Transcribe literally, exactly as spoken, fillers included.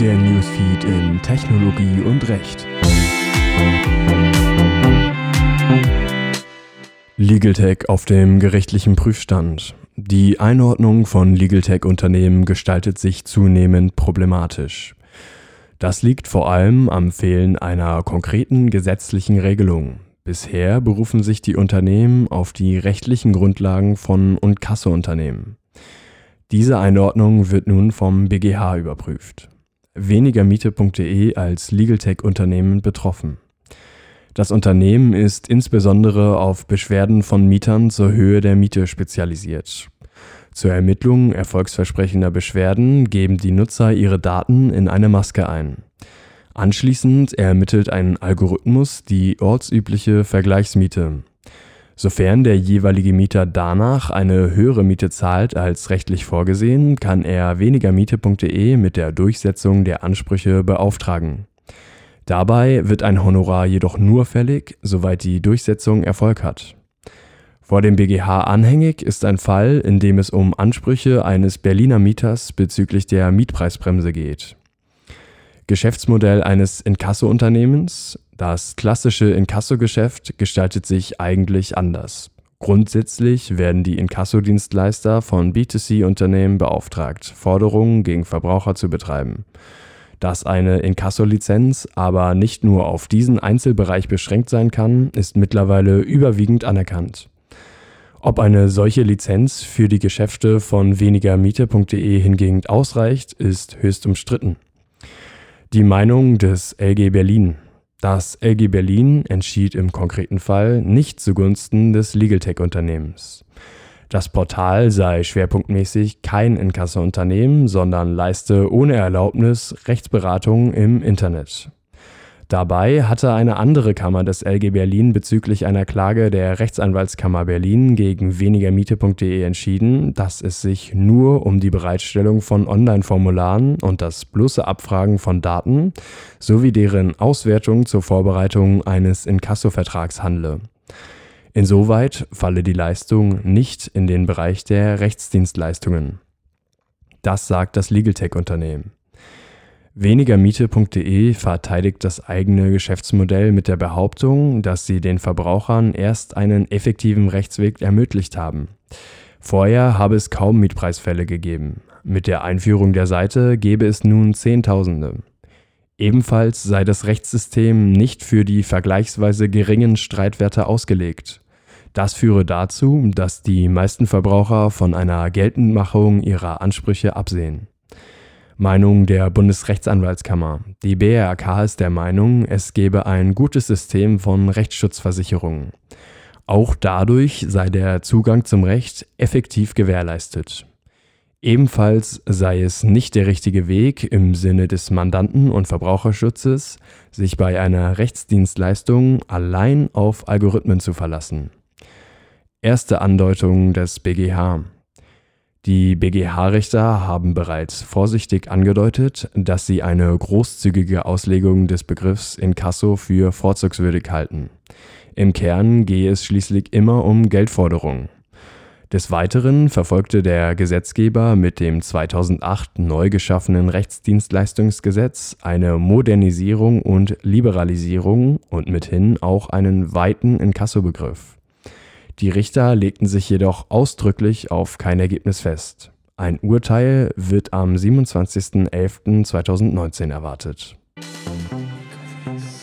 Der Newsfeed in Technologie und Recht. LegalTech auf dem gerichtlichen Prüfstand. Die Einordnung von LegalTech-Unternehmen gestaltet sich zunehmend problematisch. Das liegt vor allem am Fehlen einer konkreten gesetzlichen Regelung. Bisher berufen sich die Unternehmen auf die rechtlichen Grundlagen von Inkasso-Unternehmen. Diese Einordnung wird nun vom B G H überprüft. Wenigermiete punkt de als LegalTech-Unternehmen betroffen. Das Unternehmen ist insbesondere auf Beschwerden von Mietern zur Höhe der Miete spezialisiert. Zur Ermittlung erfolgsversprechender Beschwerden geben die Nutzer ihre Daten in eine Maske ein. Anschließend ermittelt ein Algorithmus die ortsübliche Vergleichsmiete. Sofern der jeweilige Mieter danach eine höhere Miete zahlt als rechtlich vorgesehen, kann er Wenigermiete punkt de mit der Durchsetzung der Ansprüche beauftragen. Dabei wird ein Honorar jedoch nur fällig, soweit die Durchsetzung Erfolg hat. Vor dem B G H anhängig ist ein Fall, in dem es um Ansprüche eines Berliner Mieters bezüglich der Mietpreisbremse geht. Geschäftsmodell eines Inkasso-Unternehmens. Das klassische Inkasso-Geschäft gestaltet sich eigentlich anders. Grundsätzlich werden die Inkasso-Dienstleister von B zwei C-Unternehmen beauftragt, Forderungen gegen Verbraucher zu betreiben. Dass eine Inkasso-Lizenz aber nicht nur auf diesen Einzelbereich beschränkt sein kann, ist mittlerweile überwiegend anerkannt. Ob eine solche Lizenz für die Geschäfte von Wenigermiete punkt de hingegen ausreicht, ist höchst umstritten. Die Meinung des L G Berlin. Das L G Berlin entschied im konkreten Fall nicht zugunsten des LegalTech-Unternehmens. Das Portal sei schwerpunktmäßig kein Inkasso-Unternehmen, sondern leiste ohne Erlaubnis Rechtsberatung im Internet. Dabei hatte eine andere Kammer des L G Berlin bezüglich einer Klage der Rechtsanwaltskammer Berlin gegen Wenigermiete punkt de entschieden, dass es sich nur um die Bereitstellung von Online-Formularen und das bloße Abfragen von Daten sowie deren Auswertung zur Vorbereitung eines Inkasso-Vertrags handle. Insoweit falle die Leistung nicht in den Bereich der Rechtsdienstleistungen. Das sagt das LegalTech-Unternehmen. Wenigermiete punkt de verteidigt das eigene Geschäftsmodell mit der Behauptung, dass sie den Verbrauchern erst einen effektiven Rechtsweg ermöglicht haben. Vorher habe es kaum Mietpreisfälle gegeben. Mit der Einführung der Seite gäbe es nun Zehntausende. Ebenfalls sei das Rechtssystem nicht für die vergleichsweise geringen Streitwerte ausgelegt. Das führe dazu, dass die meisten Verbraucher von einer Geltendmachung ihrer Ansprüche absehen. Meinung der Bundesrechtsanwaltskammer. Die B R K ist der Meinung, es gebe ein gutes System von Rechtsschutzversicherungen. Auch dadurch sei der Zugang zum Recht effektiv gewährleistet. Ebenfalls sei es nicht der richtige Weg im Sinne des Mandanten- und Verbraucherschutzes, sich bei einer Rechtsdienstleistung allein auf Algorithmen zu verlassen. Erste Andeutung des B G H. Die B G H-Richter haben bereits vorsichtig angedeutet, dass sie eine großzügige Auslegung des Begriffs Inkasso für vorzugswürdig halten. Im Kern gehe es schließlich immer um Geldforderungen. Des Weiteren verfolgte der Gesetzgeber mit dem zweitausendacht neu geschaffenen Rechtsdienstleistungsgesetz eine Modernisierung und Liberalisierung und mithin auch einen weiten Inkasso-Begriff. Die Richter legten sich jedoch ausdrücklich auf kein Ergebnis fest. Ein Urteil wird am siebenundzwanzigsten elften zweitausendneunzehn erwartet.